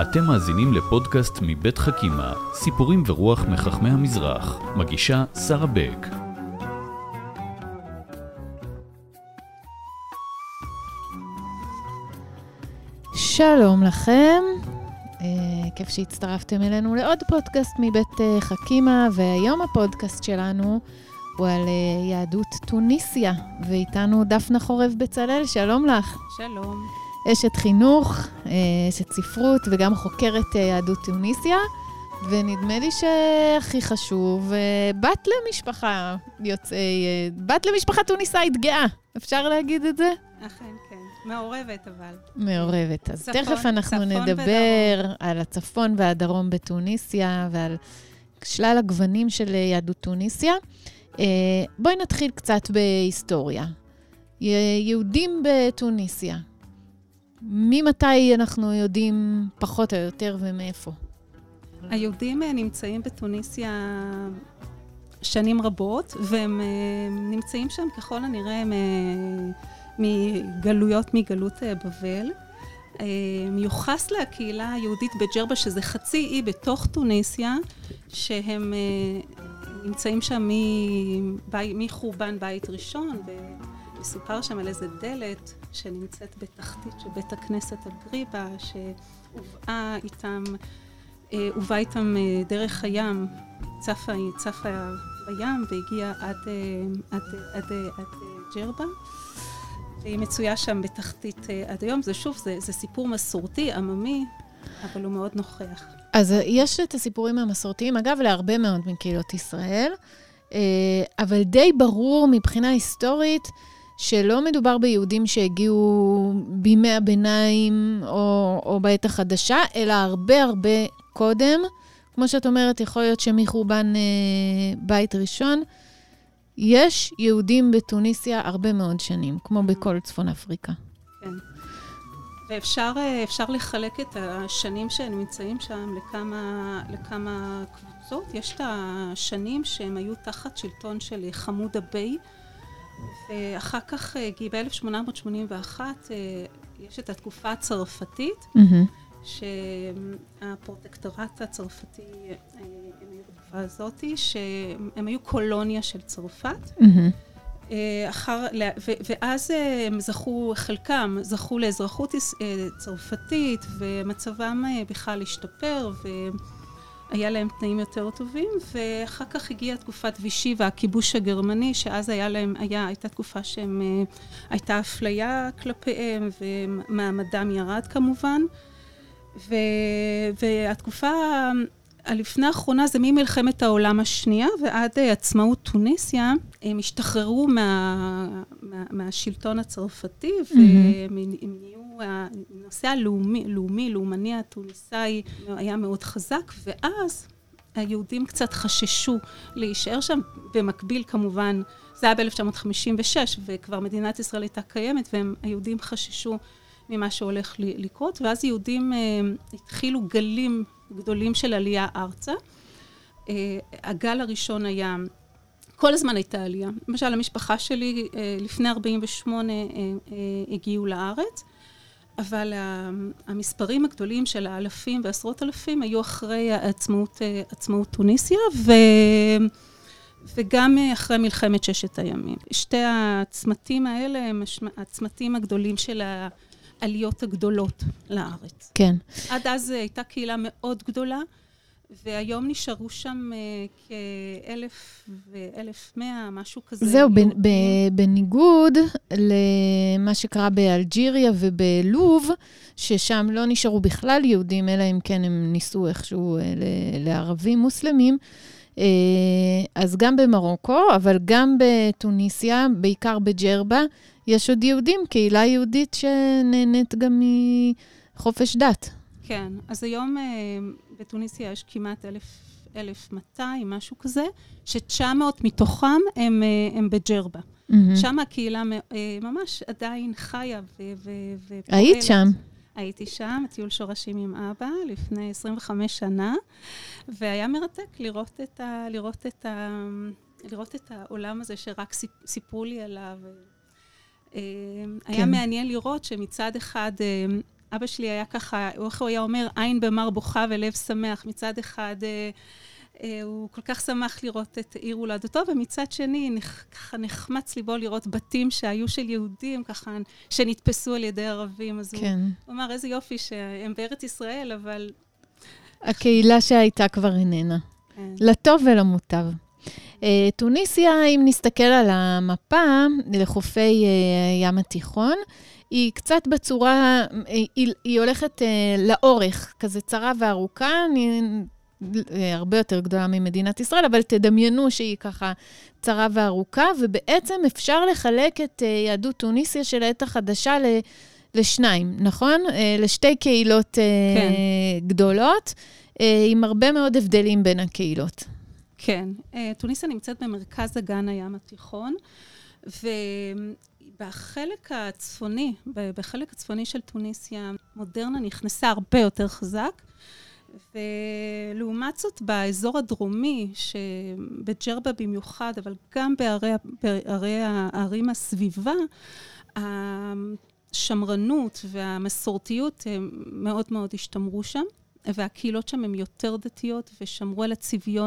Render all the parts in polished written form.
אתם מאזינים לפודקאסט מבית חכימה, סיפורים ורוח מחכמי המזרח. מגישה שרה בק. שלום לכם, כיף שהצטרפתם אלינו לעוד פודקאסט מבית חכימה, והיום הפודקאסט שלנו הוא על יהדות טוניסיה, ואיתנו דפנה חורב בצלאל, שלום לך. שלום. אשת חינוך, אשת ספרות וגם חוקרת יהדות טוניסיה, ונדמה לי שהכי חשוב, בת למשפחה טוניסאית גאה, אפשר להגיד את זה? אכן, כן. מעורבת אבל. מעורבת. אז תכף אנחנו נדבר על הצפון והדרום בטוניסיה, ועל שלל הגוונים של יהדות טוניסיה. בואי נתחיל קצת בהיסטוריה. יהודים בטוניסיה. ממתי אנחנו יודעים פחות או יותר ומאיפה? היהודים נמצאים בטוניסיה שנים רבות, והם נמצאים שם ככל הנראה מגלות בבל. מיוחס לקהילה היהודית בג'רבה, שזה חצי אי בתוך טוניסיה, שהם נמצאים שם מחורבן בית ראשון, ומסופר שם על איזה דלת שנמצאת בתחתית של בית הכנסת הגריבה, שהובאה איתם דרך הים, צפה בים והגיעה עד ג'רבה. והיא מצויה שם בתחתית עד היום. זה סיפור מסורתי, עממי, אבל הוא מאוד נוכח. אז יש את הסיפורים המסורתיים, אגב, להרבה מאוד מקהילות ישראל, אבל די ברור מבחינה היסטורית שלא מדובר ביהודים שהגיעו בימי הביניים או בעת החדשה, אלא הרבה קודם. כמו שאת אומרת, יכול להיות שמחורבן בית ראשון, יש יהודים בטוניסיה הרבה מאוד שנים, כמו בכל צפון אפריקה. כן. ואפשר לחלק את השנים שהם נמצאים שם לכמה קבוצות. יש את השנים שהם היו תחת שלטון של חמוד הבי, ואחר כך ב-1881 יש את התקופה הצרפתית, שהפרוטקטורט הצרפתי בתקופה הזאת, שהם היו קולוניה של צרפת, ואז חלקם זכו לאזרחות צרפתית, ומצבם בכלל השתפר, והיה להם תנאים יותר טובים, ואחר כך הגיעה תקופת וישי והכיבוש הגרמני, שאז הייתה תקופה הייתה אפליה כלפיהם, ומעמדם ירד כמובן, והתקופה הלפני האחרונה זה ממלחמת העולם השנייה ועד עצמאות טוניסיה, הם השתחררו מהשלטון הצרפתי, והם נהיו, הנושא לאומני הטוניסאי היה מאוד חזק, ואז היהודים קצת חששו להישאר שם, במקביל כמובן, זה היה ב-1956, וכבר מדינת ישראל הייתה קיימת, והיהודים חששו ממה שהולך לקרות, ואז יהודים התחילו גלים גדולים של עלייה ארצה. הגל הראשון היה, כל הזמן הייתה עלייה. למשל, המשפחה שלי לפני 48 הגיעו לארץ, אבל המספרים הגדולים של האלפים ועשרות אלפים היו אחרי עצמאות טוניסיה, וגם אחרי מלחמת ששת הימים. שתי הצמתים האלה הם הצמתים הגדולים של העליות הגדולות לארץ. כן. עד אז הייתה קהילה מאוד גדולה, והיום נשארו שם כ-1,100, משהו כזה. זהו, בניגוד למה שקרה באלג'יריה ובלוב, ששם לא נשארו בכלל יהודים, אלא אם כן הם ניסו איכשהו לערבים מוסלמים, אז גם במרוקו, אבל גם בטוניסיה, בעיקר בג'רבה, יש עוד יהודים, קהילה יהודית שנהנית גם מחופש דת. כן, אז היום בטוניסיה יש כמעט 1,200, משהו כזה, ש900 מתוכם הם בג'רבה. שם הקהילה ממש עדיין חיה ופועלת. היית שם? הייתי שם, טיול שורשים עם אבא, לפני 25 שנה, והיה מרתק לראות את העולם הזה שרק סיפרו לי עליו. היה מעניין לראות שמצד אחד אבא שלי היה ככה, איך הוא היה אומר, עין במר בוכה ולב שמח. מצד אחד, הוא כל כך שמח לראות את עיר הולדתו, ומצד שני, ככה נחמץ ליבו לראות בתים שהיו של יהודים, ככה, שנתפסו על ידי ערבים. אז הוא אמר, איזה יופי שהם בארץ ישראל, אבל... הקהילה שהייתה כבר איננה. לטוב ולמוטב. טוניסיה, אם נסתכל על המפה לחופי ים התיכון, היא קצת בצורה, היא הולכת לאורך, כזה צרה וארוכה, הרבה יותר גדולה ממדינת ישראל, אבל תדמיינו שהיא ככה צרה וארוכה, ובעצם אפשר לחלק את יהדות טוניסיה של העת החדשה לשניים, נכון? לשתי קהילות גדולות, עם הרבה מאוד הבדלים בין הקהילות. כן, טוניסיה נמצאת במרכז אגן הים התיכון, ובחלק הצפוני של טוניסיה, מודרנה נכנסה הרבה יותר חזק, ולעומת זאת באזור הדרומי, שבג'רבה במיוחד, אבל גם בערי הערים הסביבה, השמרנות והמסורתיות מאוד מאוד השתמרו שם, והקהילות שם הן יותר דתיות ושמרו על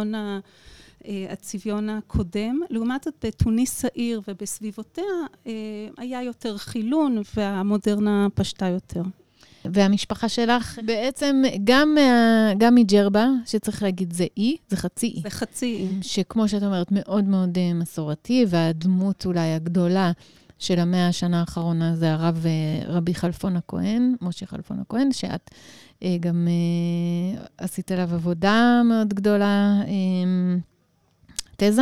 הצביון הקודם. לעומת זאת, בתוניס העיר ובסביבותיה היה יותר חילון והמודרנה פשטה יותר. והמשפחה שלך בעצם גם מג'רבה, שצריך להגיד זה אי, זה חצי אי. זה חצי אי. שכמו שאת אומרת, מאוד מאוד מסורתי, והדמות אולי הגדולה של המאה השנה האחרונה זה הרב רבי חלפון הכהן, משה חלפון הכהן, שאת גם עשית עליו עבודה מאוד גדולה, תזה.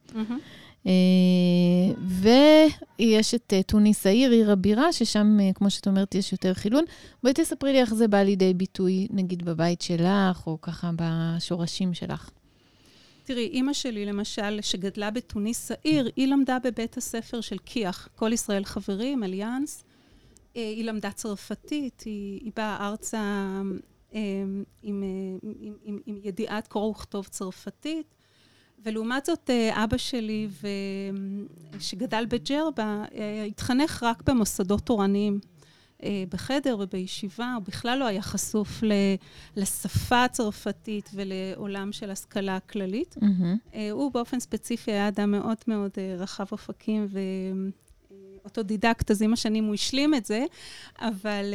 ויש את טוניס העיר, עיר הבירה, ששם, כמו שאת אומרת, יש יותר חילון. בואי תספרי לי איך זה בא לידי ביטוי, נגיד בבית שלך, או ככה בשורשים שלך. תראי, אמא שלי, למשל, שגדלה בתוניס העיר, היא למדה בבית הספר של קיח, כל ישראל חברים, אליאנס. היא למדה צרפתית, היא באה ארצה עם ידיעת קרוא וכתוב צרפתית. ולעומת זאת, אבא שלי, שגדל בג'רבה, התחנך רק במוסדות תורניים, בחדר ובישיבה, הוא בכלל לא היה חשוף לשפה הצרפתית ולעולם של השכלה הכללית. הוא באופן ספציפי היה אדם מאוד מאוד רחב אופקים ואוטודידקט, אז עם השנים הוא השלים את זה, אבל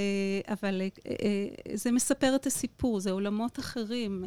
זה מספר את הסיפור, זה עולמות אחרים.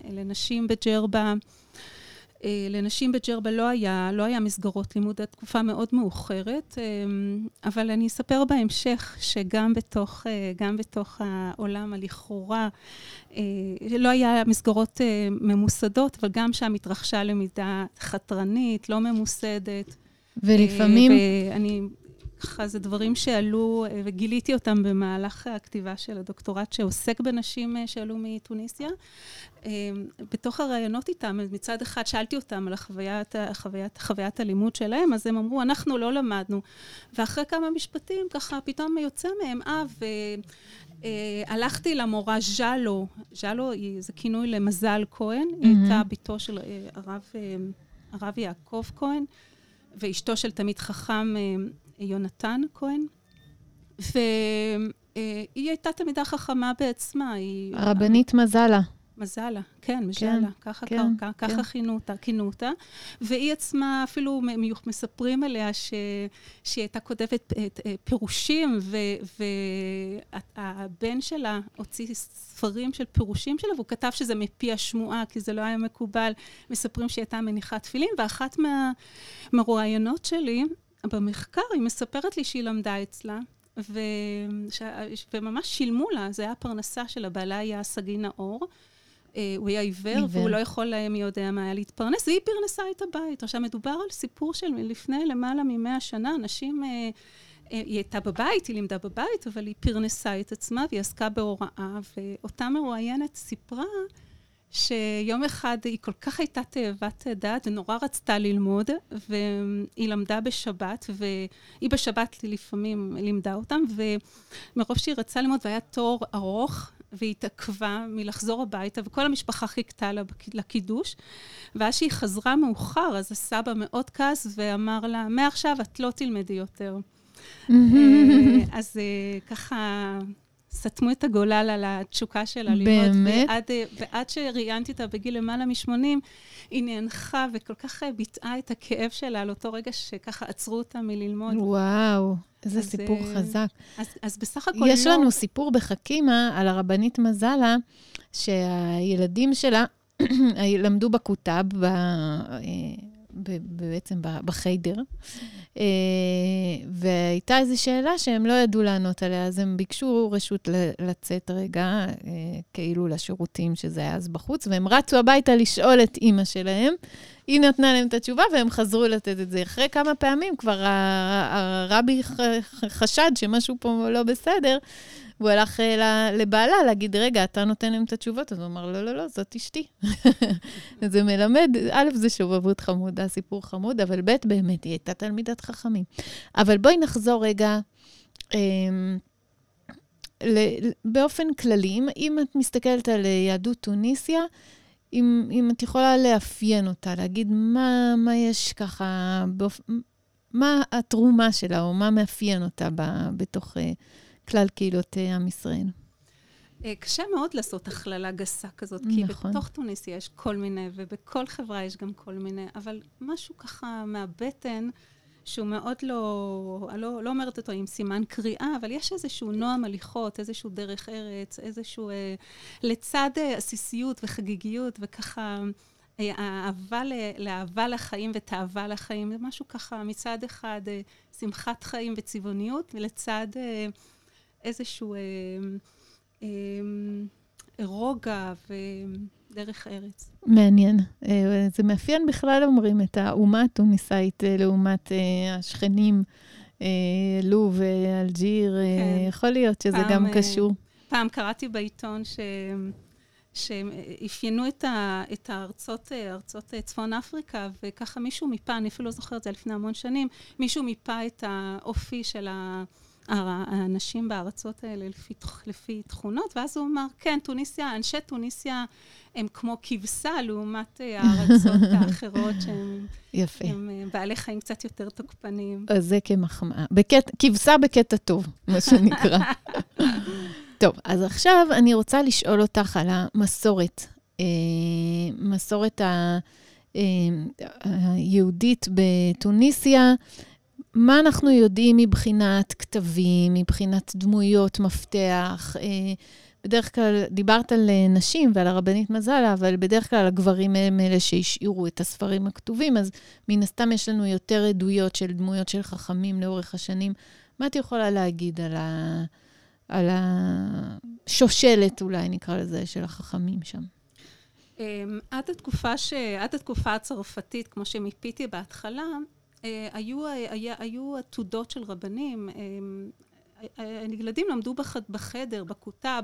לנשים בג'רבה לא היה מסגרות לימוד עד תקופה מאוד מאוחרת, אבל אני אספר בהמשך שגם בתוך העולם הלכאורה, לא היה מסגרות ממוסדות, אבל גם שם התרחשה למידה חתרנית, לא ממוסדת. ולפעמים... ככה זה דברים שעלו, וגיליתי אותם במהלך הכתיבה של הדוקטורט שעוסק בנשים שעלו מטוניסיה. בתוך הרעיונות איתם, מצד אחד שאלתי אותם על חוויית הלימוד שלהם, אז הם אמרו, אנחנו לא למדנו. ואחרי כמה משפטים, ככה פתאום יוצא מהם, הלכתי למורה ז'אלו, ז'אלו זה כינוי למזל כהן, היא הייתה ביתו של הרב יעקב כהן, ואשתו של תמיד חכם יונתן כהן, והיא הייתה תמידה חכמה בעצמה. הרבנית מזלה. מזלה, כן, מזלה, ככה כינו אותה. והיא עצמה, אפילו מספרים עליה שהיא הייתה כותבת פירושים, והבן שלה הוציא ספרים של פירושים שלה, והוא כתב שזה מפי השמועה, כי זה לא היה מקובל. מספרים שהיא הייתה מניחת תפילין, ואחת מהרעיונות שלי, במחקר היא מספרת לי שהיא למדה אצלה, וממש שילמו לה, זה היה הפרנסה שלה, בעלה היה סגי נאור, הוא היה עיוור, והוא לא יכול מי יודע מה היה להתפרנס, והיא פרנסה את הבית. עכשיו מדובר על סיפור של לפני למעלה מ100 שנה, אנשים, היא הייתה בבית, היא לימדה בבית, אבל היא פרנסה את עצמה, והיא עסקה בהוראה, ואותה מרואיינת סיפרה, שיום אחד היא כל כך הייתה תאבת דעת, ונורא רצתה ללמוד, והיא למדה בשבת, והיא בשבת לפעמים לימדה אותם, ומרוב שהיא רצה ללמוד, והיה תור ארוך, והיא התעכבה מלחזור הביתה, וכל המשפחה חיכתה לה לקידוש, ואז שהיא חזרה מאוחר, אז הסבא מאוד כעס, ואמר לה, מעכשיו את לא תלמדי יותר. אז ככה... סתמו את הגולל על התשוקה שלה ללמוד. ועד שראיינתי אותה בגיל למעלה מ-80, היא נאנחה וכל כך ביטאה את הכאב שלה על אותו רגע שככה עצרו אותה מללמוד. וואו, איזה סיפור חזק. אז בסך הכל יש לנו סיפור בחכימה על הרבנית מזלה, שהילדים שלה למדו בכותב, בעצם בחיידר, והייתה איזו שאלה שהם לא ידעו לענות עליה, אז הם ביקשו רשות לצאת רגע, כאילו לשירותים שזה היה אז בחוץ, והם רצו הביתה לשאול את אמא שלהם, היא נתנה להם את התשובה, והם חזרו לתת את זה. אחרי כמה פעמים כבר הרבי חשד שמשהו פה לא בסדר, והוא הלך לבעלה להגיד, רגע, אתה נותן להם את התשובות? אז הוא אמר, לא, זאת אשתי. זה מלמד, א', זה שובבות חמודה, סיפור חמוד, אבל ב', באמת, היא הייתה תלמידת חכמים. אבל בואי נחזור רגע, באופן כללי, אם את מסתכלת על יהדות טוניסיה, אם את יכולה לאפיין אותה, להגיד מה יש ככה, מה התרומה שלה, או מה מאפיין אותה בתוך כלל קהילות עם ישראל. קשה מאוד לעשות הכללה גסה כזאת, כי בתוך טוניסיה יש כל מיני, ובכל חברה יש גם כל מיני, אבל משהו ככה מהבטן, שהוא מאוד לא אומרת אותו עם סימן קריאה, אבל יש איזשהו נועם הליכות, איזשהו דרך ארץ, איזשהו לצד עסיסיות וחגיגיות, וככה לאהבה לחיים ותאווה לחיים, זה משהו ככה מצד אחד שמחת חיים וצבעוניות, ולצד איזשהו רוגע ודרך ארץ. מעניין. זה מאפיין בכלל, אומרים, את האומה הטוניסאית לעומת השכנים, לוב, אלג'יר, יכול להיות שזה גם קשור. פעם קראתי בעיתון שאפיינו את הארצות צפון אפריקה, וככה מישהו מיפה, אני אפילו לא זוכרת את זה לפני המון שנים, מישהו מיפה את האופי של האנשים בארצות האלה לפי תכונות, ואז הוא אמר, כן, טוניסיה, אנשי טוניסיה הם כמו כבשה לעומת הארצות האחרות שהם בעלי חיים קצת יותר תוקפניים. אז זה כמחמאה. כבשה בקטע טוב, מה שנקרא. טוב, אז עכשיו אני רוצה לשאול אותך על המסורת. מסורת היהודית בטוניסיה, מה אנחנו יודעים מבחינת כתבים, מבחינת דמויות מפתח? בדרך כלל דיברת על נשים ועל הרבנית מזלה, אבל בדרך כלל הגברים הם אלה שהשאירו את הספרים הכתובים, אז מן הסתם יש לנו יותר עדויות של דמויות של חכמים לאורך השנים. מה את יכולה להגיד על השושלת, אולי נקרא לזה, של החכמים שם? עד התקופה הצרפתית, כמו שמיפיתי בהתחלה, היו עתודות של רבנים, הילדים למדו בחדר, בכותב,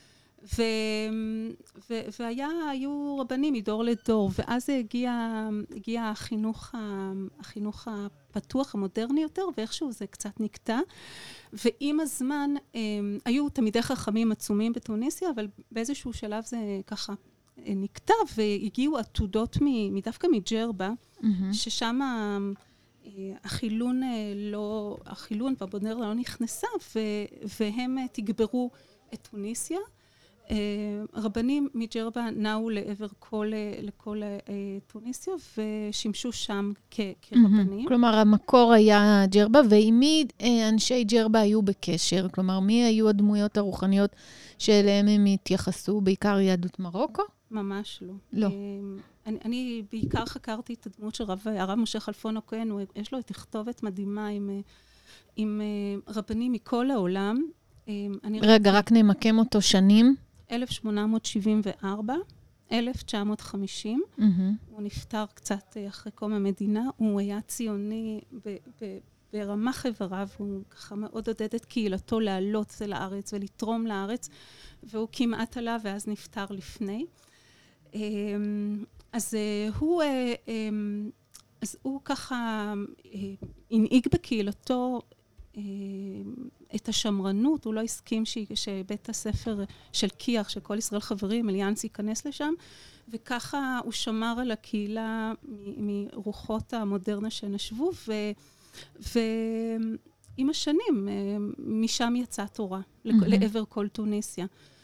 והיו רבנים מדור לדור, ואז הגיע החינוך הפתוח, המודרני יותר, ואיכשהו זה קצת נקטע, ועם הזמן היו תלמידי חכמים עצומים בטוניסיה, אבל באיזשהו שלב זה ככה נקטע, והגיעו עתודות דווקא מג'רבה, ששם החילון בבונר לא נכנסה, והם תגברו את טוניסיה. רבנים מג'רבה נעו לעבר לכל טוניסיה, ושימשו שם כרבנים. כלומר, המקור היה ג'רבה, ועם מי אנשי ג'רבה היו בקשר? כלומר, מי היו הדמויות הרוחניות שאליהם הם התייחסו? בעיקר יהדות מרוקו? ממש לא. לא. אני בעיקר חקרתי את הדמות של הרב משה חלפון הכהן, יש לו את תכתובת מדהימה עם רבנים מכל העולם. רגע, רק נמקם אותו שנים. 1874, 1950. הוא נפטר קצת אחרי קום המדינה. הוא היה ציוני ברמה חבריו, הוא ככה מאוד עודד את קהילתו לעלות לארץ ולתרום לארץ, והוא כמעט עלה ואז נפטר לפני. אז הוא ככה הנהיג בקהילתו את השמרנות, הוא לא הסכים שבית הספר של כיח, של כל ישראל חברים, אליאנס ייכנס לשם, וככה הוא שמר על הקהילה מרוחות המודרנה שנשבו, עם השנים, משם יצאה תורה, לעבר כל טוניסיה.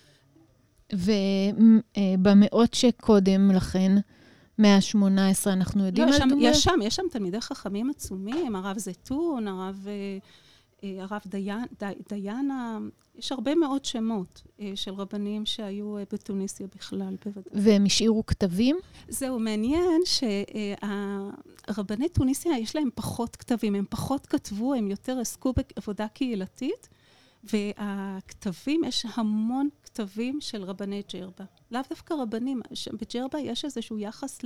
ובמאות שקודם לכן, 118, אנחנו יודעים על דומה? יש שם תלמידי חכמים עצומים, הרב זיתון, הרב דיינה, יש הרבה מאוד שמות של רבנים שהיו בטוניסיה בכלל. והם השאירו כתבים? זהו, מעניין שהרבני טוניסיה יש להם פחות כתבים, הם פחות כתבו, הם יותר עסקו בעבודה קהילתית, והכתבים, יש המון כתבים של רבני ג'רבה. לאו דווקא רבנים, בג'רבה יש איזשהו יחס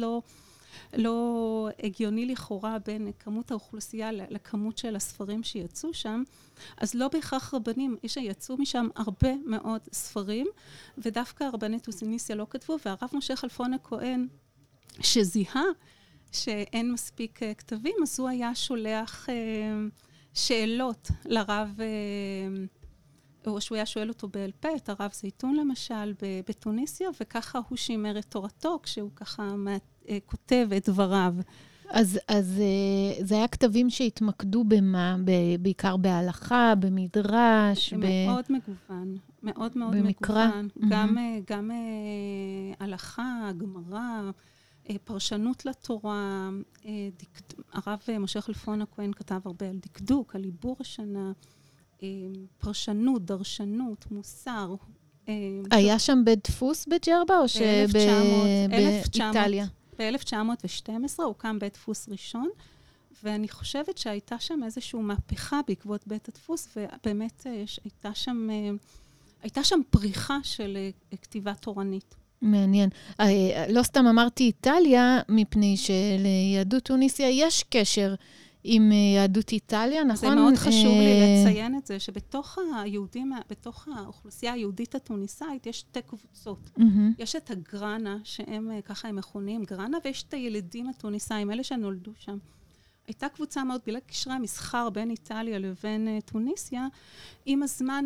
לא הגיוני לכאורה בין כמות האוכלוסייה לכמות של הספרים שיצאו שם, אז לא בהכרח רבנים, יצאו משם הרבה מאוד ספרים, ודווקא רבני טוניסיה לא כתבו, והרב משה כלפון הכהן, שזיהה שאין מספיק כתבים, אז הוא היה שולח שאלות לרב, או שהוא היה שואל אותו בעל פה, את הרב זיתון למשל, בטוניסיה, וככה הוא שימר את תורתו, כשהוא ככה כותב את דבריו. אז זה היה כתבים שהתמקדו במה? בעיקר בהלכה, במדרש? מאוד מגוון, מאוד מאוד במקרא? מגוון. גם הלכה, גמרא, פרשנות לתורה. הרב משה כלפון הכהן כתב הרבה על דקדוק, על עיבור השנה, פרשנות, דרשנות, מוסר. היה שם בית דפוס בג'רבה או שבאיטליה? ב-1912 הוקם בית דפוס ראשון, ואני חושבת שהייתה שם איזושהי מהפכה בעקבות בית הדפוס, ובאמת הייתה שם פריחה של כתיבה תורנית. מעניין. לא סתם אמרתי איטליה, מפני שליהדות טוניסיה יש קשר עם יהדות איטליה, נכון? זה מאוד חשוב לי לציין את זה, שבתוך היהודים, בתוך האוכלוסייה היהודית הטוניסאית, יש שתי קבוצות. יש את הגרנה, שהם ככה הם מכונים גרנה, ויש את הילדים הטוניסאים, אלה שנולדו שם. הייתה קבוצה מאוד, בגלל קשרי המסחר בין איטליה לבין טוניסיה, עם הזמן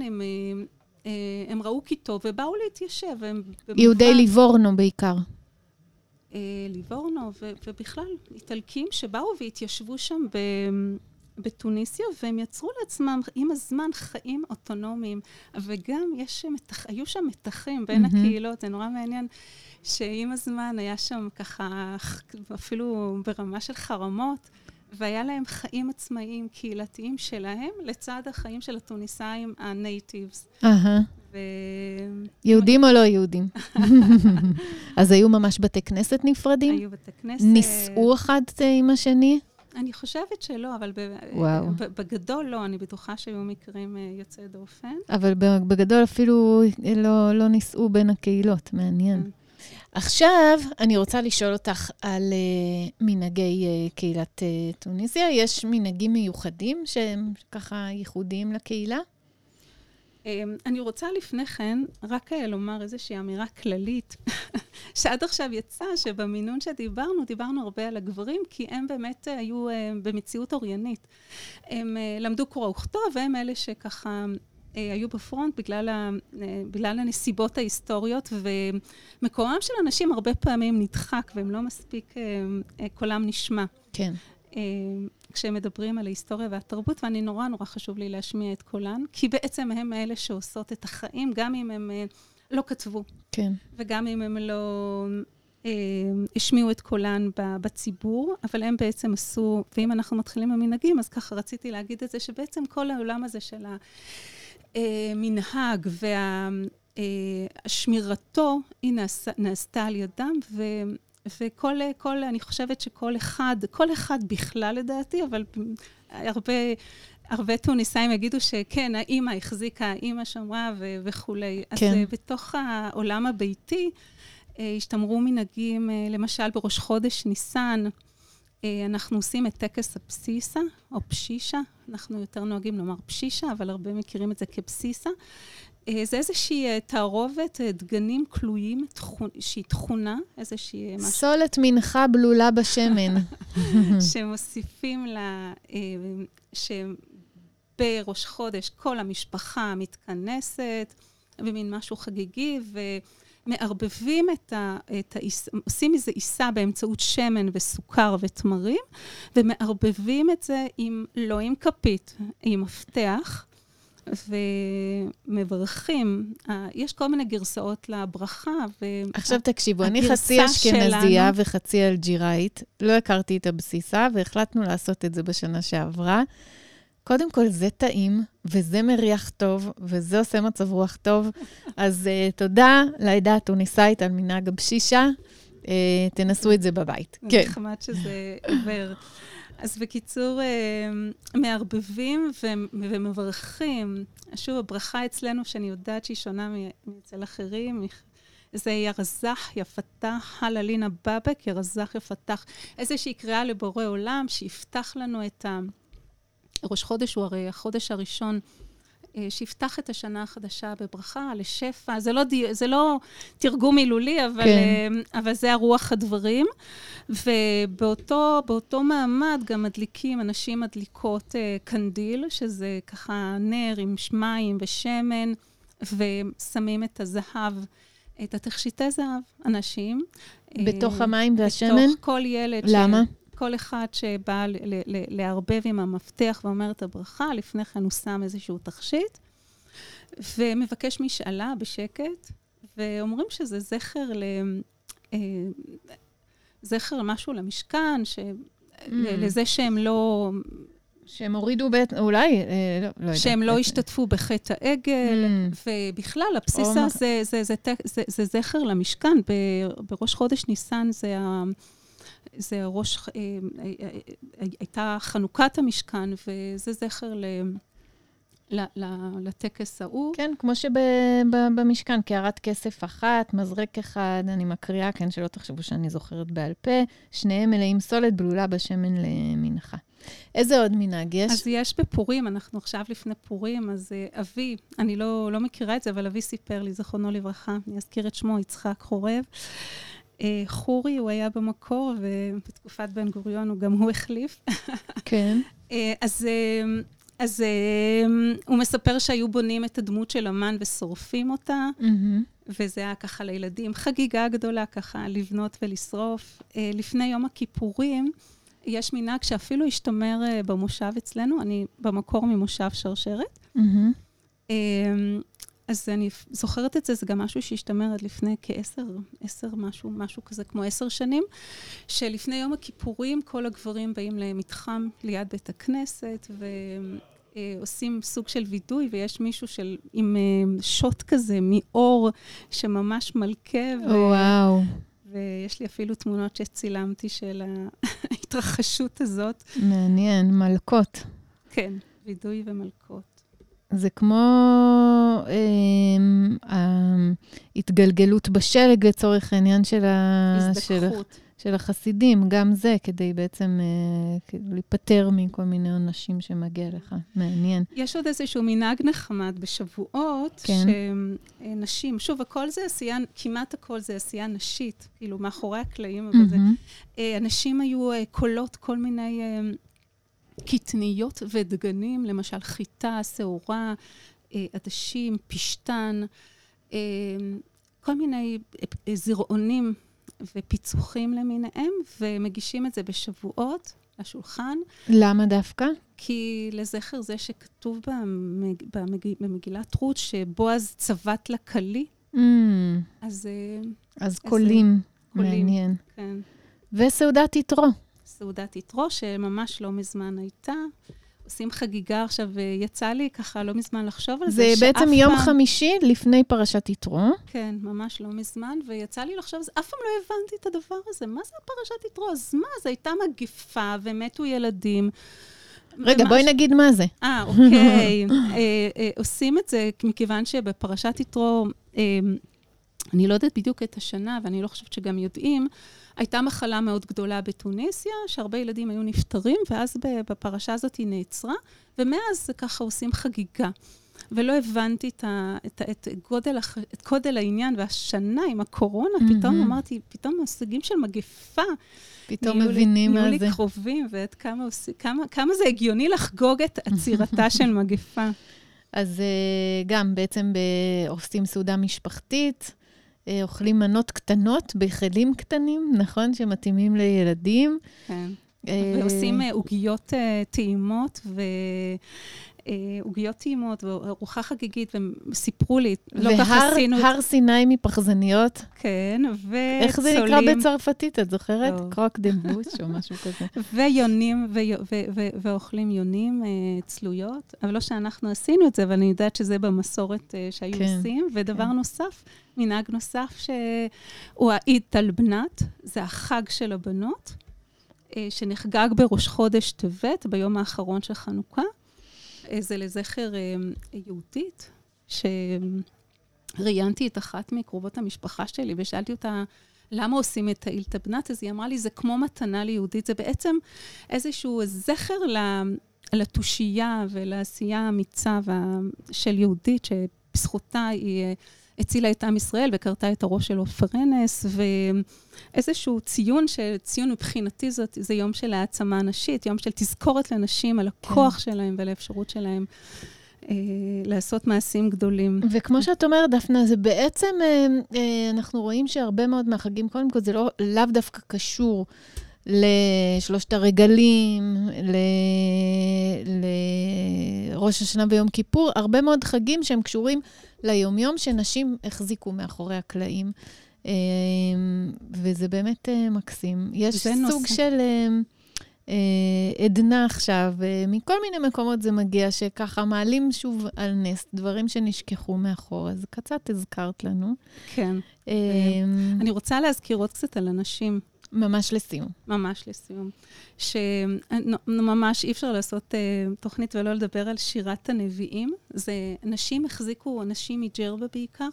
הם ראו כי טוב, ובאו להתיישב. יהודי ליבורנו בעיקר. ליבורנו, ובכלל איטלקים שבאו והתיישבו שם בטוניסיה, והם יצרו לעצמם עם הזמן חיים אוטונומיים, וגם היו שם מתחים בין הקהילות, זה נורא מעניין שעם הזמן היה שם ככה, אפילו ברמה של חרמות, והיה להם חיים עצמאיים קהילתיים שלהם, לצד החיים של הטוניסאים הנייטיבס. יהודים או לא יהודים? אז היו ממש בתי כנסת נפרדים? היו בתי כנסת. נישאו אחד עם השני? אני חושבת שלא, אבל בגדול לא, אני בטוחה שהיו מקרים יוצאי דופן. אבל בגדול אפילו לא נישאו בין הקהילות, מעניין. עכשיו אני רוצה לשאול אותך על מנהגי קהילת טוניסיה. יש מנהגים מיוחדים שהם ככה ייחודיים לקהילה? אני רוצה לפני כן רק לומר איזושהי אמירה כללית, שעד עכשיו יצא שבמינון דיברנו הרבה על הגברים, כי הם באמת היו במציאות אוריינית. הם למדו קרוא וכתוב, והם אלה שככה היו בפרונט בגלל הנסיבות ההיסטוריות, ומקומם של אנשים הרבה פעמים נדחק, והם לא מספיק קולם נשמע. כן. כשהם מדברים על ההיסטוריה והתרבות, ואני נורא חשוב לי להשמיע את קולן, כי בעצם הם האלה שעושות את החיים, גם אם הם לא כתבו. כן. וגם אם הם לא השמיעו את קולן בציבור, אבל הם בעצם עשו, ואם אנחנו מתחילים במנהגים, אז ככה רציתי להגיד את זה, שבעצם כל העולם הזה של המנהג והשמירתו, היא נעשתה על ידם, אני חושבת שכל אחד בכלל לדעתי, אבל הרבה טוניסאים יגידו שכן, האמא החזיקה, האמא שמרה וכולי. כן. אז בתוך העולם הביתי, השתמרו מנהגים, למשל בראש חודש ניסן, אנחנו עושים את טקס הפסיסה, או פשישה, אנחנו יותר נוהגים לומר פשישה, אבל הרבה מכירים את זה כפסיסה. זה איזושהי תערובת, דגנים כלואים, שהיא תכונה, איזושהי... סולת מנחה בלולה בשמן. שמוסיפים לה, שבראש חודש כל המשפחה מתכנסת, במין משהו חגיגי, מערבבים עושים איזה עיסה באמצעות שמן וסוכר ותמרים, ומערבבים את זה לא עם כפית, עם מפתח, ומברכים. יש כל מיני גרסאות לברכה. עכשיו תקשיבו, אני חצי אשכנזייה וחצי אלג'יראית, לא הכרתי את הבסיסה, והחלטנו לעשות את זה בשנה שעברה. קודם כל, זה טעים, וזה מריח טוב, וזה עושה מצב רוח טוב. אז תודה לעדה התוניסאית על מנהג הבשישה. תנסו את זה בבית. כן. נחמד שזה עובר. אז בקיצור, מערבבים ומברכים. שוב, הברכה אצלנו, שאני יודעת שהיא שונה מאצל אחרים, זה ירזח יפתח, הללינה בבק, ירזח יפתח. איזושהי קריאה לבורא עולם, שיפתח לנו את ראש חודש הוא הרי החודש הראשון, שיפתח את השנה החדשה בברכה, לשפע. זה לא תרגום מילולי, אבל זה הרוח הדברים. ובאותו מעמד גם מדליקים, אנשים מדליקות קנדיל, שזה ככה נר עם מים ושמן, ושמים את הזהב, את התכשיטי זהב, אנשים. בתוך המים והשמן? בתוך כל ילד. למה? כל אחד שבא לערבב עם המפתח ואומר את הברכה, לפני כן הוא שם איזשהו תכשיט, ומבקש משאלה בשקט, ואומרים שזה זכר משהו למשכן, לזה שהם לא... שהם הורידו אולי, לא יודעת. שהם לא השתתפו בחטא העגל, ובכלל, הבסיסה זה זכר למשכן. בראש חודש ניסן זה הייתה חנוכת המשכן, וזה זכר לטקס ההוא. כן, כמו שבמשכן, קערת כסף אחת, מזרק אחד, אני מקריאה, כן, שלא תחשבו שאני זוכרת בעל פה, שניהם מלאים סולת בלולה בשמן למנחה. איזה עוד מנהג יש? אז יש בפורים, אנחנו עכשיו לפני פורים, אז אבי, אני לא מכירה את זה, אבל אבי סיפר לי, זכרונו לברכה, אני אזכיר את שמו, יצחק חורב, חורי, הוא היה במקור, ובתקופת בן גוריון הוא גם הוא החליף. כן. אז הוא מספר שהיו בונים את הדמות של אמן ושורפים אותה, וזה היה ככה לילדים, חגיגה גדולה ככה, לבנות ולשרוף. לפני יום הכיפורים, יש מנהג שאפילו השתמר במושב אצלנו, אני במקור ממושב שרשרת. אז אני זוכרת את זה, זה גם משהו שהשתמר עד לפני משהו כזה, כמו 10 שנים, שלפני יום הכיפורים, כל הגברים באים למתחם ליד בית הכנסת, ועושים סוג של וידוי, ויש מישהו עם שוט כזה, מאור, שממש מלכה. וואו. ויש לי אפילו תמונות שצילמתי של ההתרחשות הזאת. מעניין, מלכות. כן, וידוי ומלכות. זה כמו התגלגלות בשלג לצורך העניין של החסידים, גם זה, כדי בעצם להיפטר מכל מיני אנשים שמגיע לך. מעניין. יש עוד איזשהו מנהג נחמד בשבועות, כן. שנשים, שוב, הכל זה עשייה, כמעט הכל זה עשייה נשית, כאילו מאחורי הקלעים, אבל זה, אנשים היו קולות כל מיני קטניות ודגנים, למשל חיטה, שעורה, עדשים, פשטן, כל מיני זרעונים ופיצוחים למיניהם, ומגישים את זה בשבועות לשולחן. למה דווקא? כי לזכר זה שכתוב במגילת רות, שבועז צוות לכלי. אז קולים, מעניין. כן. וסעודת יתרו. סעודת יתרו, שממש לא מזמן הייתה. עושים חגיגה עכשיו, ויצא לי ככה לא מזמן לחשוב על זה. זה בעצם יום חמישי לפני פרשת יתרו. כן, ממש לא מזמן, ויצא לי לחשוב, אף פעם לא הבנתי את הדבר הזה. מה זה פרשת יתרו? אז מה? זה הייתה מגיפה, ומתו ילדים. רגע, בואי נגיד מה זה. אוקיי. עושים את זה, מכיוון שבפרשת יתרו, אני לא יודעת בדיוק את השנה, ואני לא חושבת שגם יודעים, הייתה מחלה מאוד גדולה בתוניסיה, שהרבה ילדים היו נפטרים, ואז בפרשה הזאת היא נעצרה, ומאז ככה עושים חגיגה. ולא הבנתי את גודל העניין, והשנה עם הקורונה, פתאום אמרתי, פתאום הסוגים של מגפה, פתאום מבינים מה זה. נהיו לי קרובים, ועד כמה זה הגיוני לחגוג את עצירתה של מגפה. אז גם בעצם עושים סעודה משפחתית, אוכלים מנות קטנות בחלים קטנים, נכון? שמתאימים לילדים. כן. ועושים עוגיות טעימות עוגיות טעימות וארוחה חגיגית, וסיפרו לי, לא כך עשינו... והר סיני מפחזניות. כן, וצולים... איך זה נקרא בצרפתית, את זוכרת? קרוק דה בוש או משהו כזה. ויונים, ואוכלים יונים צלויות, אבל לא שאנחנו עשינו את זה, אבל אני יודעת שזה במסורת שהיו עושים. ודבר נוסף, מנהג נוסף, שהוא העיד תלבנת, זה החג של הבנות, שנחגג בראש חודש טבת, ביום האחרון של חנוכה. זה לזכר יהודית, שראיינתי את אחת מקרובות המשפחה שלי, ושאלתי אותה, למה עושים את העיל תלבנת? אז היא אמרה לי, זה כמו מתנה ליהודית, זה בעצם איזשהו זכר לתושייה ולעשייה האמיצה של יהודית, שבזכותה היא הצילה את עם ישראל וקרתה את הראש שלו פרנס, ואיזשהו ציון מבחינתי זה יום של העצמה נשית, יום של תזכורת לנשים על הכוח שלהם ועל האפשרות שלהם לעשות מעשים גדולים. וכמו שאת אומרת, דפנה, זה בעצם, אנחנו רואים שהרבה מאוד מהחגים, קודם כל זה לאו דווקא קשור לשלושת הרגלים, לראש השנה ויום כיפור, הרבה מאוד חגים שהם קשורים ליום-יום שנשים החזיקו מאחורי הקלעים, וזה באמת מקסים. יש סוג של עדנה עכשיו, מכל מיני מקומות זה מגיע, שככה מעלים שוב על נס, דברים שנשכחו מאחור, אז קצת הזכרת לנו. כן. אני רוצה להזכיר עוד קצת על אנשים. ממש לסיום. ממש לסיום. שממש אי אפשר לעשות תוכנית ולא לדבר על שירת הנביאים. זה אנשים החזיקו, אנשים מג'רבה בעיקר,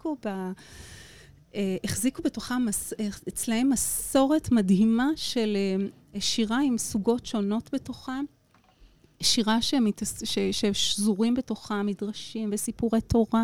החזיקו בתוכם אצלהם מסורת מדהימה של שירה עם סוגות שונות בתוכה. שירה ששזורים בתוכה מדרשים וסיפורי תורה.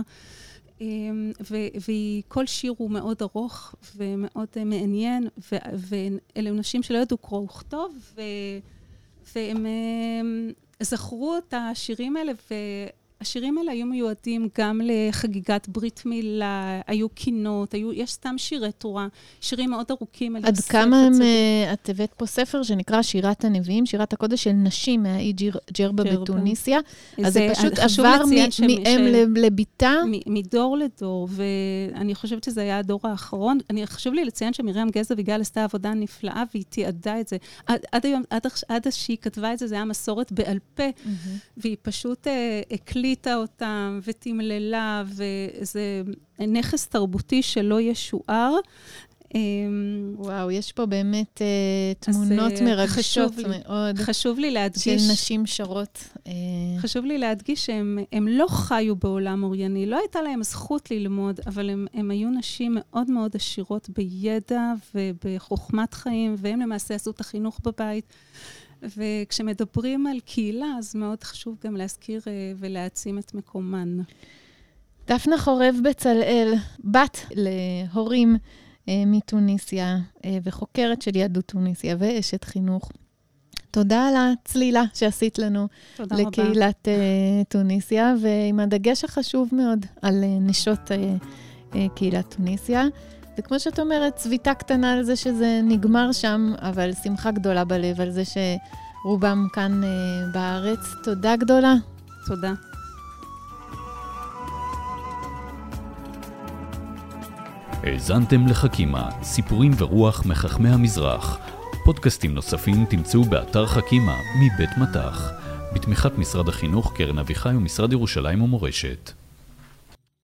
וכל שיר הוא מאוד ארוך ומאוד מעניין, ואלה אנשים שלא ידעו קרוא וכתוב, והם זכרו את השירים האלה, והשירים האלה היו מיועדים גם לחגיגת ברית מילה, היו קינות, יש סתם שירי תורה, שירים מאוד ארוכים. עד כמה את הבאת פה ספר שנקרא שירת הנביאים, שירת הקודש של נשים מהאי ג'רבה בתוניסיה, אז זה פשוט עבר מאם לביתה. מדור לדור, ואני חושבת שזה היה הדור האחרון. חשוב לי לציין שמרים גזע ויגאל עשתה עבודה נפלאה, והיא תיעדה את זה. עד שהיא כתבה את זה, זה היה מסורת בעל פה, והיא פשוט הקליטה אותם ותמללה, וזה נכס תרבותי שלא ישוער. וואו, יש פה באמת תמונות מרגשות מאוד. חשוב לי להדגיש. של נשים שרות. חשוב לי להדגיש שהם לא חיו בעולם אורייני, לא הייתה להם זכות ללמוד, אבל הם היו נשים מאוד מאוד עשירות בידע ובחוכמת חיים, והם למעשה עשו את החינוך בבית. וכשמדברים על קהילה, אז מאוד חשוב גם להזכיר ולהעצים את מקומן. דפנה חורב בצלאל, בת להורים מתוניסיה, וחוקרת של יהדות תוניסיה, ואשת חינוך. תודה על הצלילה שעשית לנו לקהילת תוניסיה, ועם הדגש החשוב מאוד על נשות קהילת תוניסיה. וכמו שאת אומרת, צביטה קטנה על זה שזה נגמר שם, אבל שמחה גדולה בלב על זה שרובם כאן בארץ. תודה גדולה. תודה. האזנתם לחכימה, סיפורים ורוח מחכמי המזרח. פודקאסטים נוספים תמצאו באתר חכימה מבית מטח, בתמיכת משרד החינוך, קרן אביחי ומשרד ירושלים ומורשת.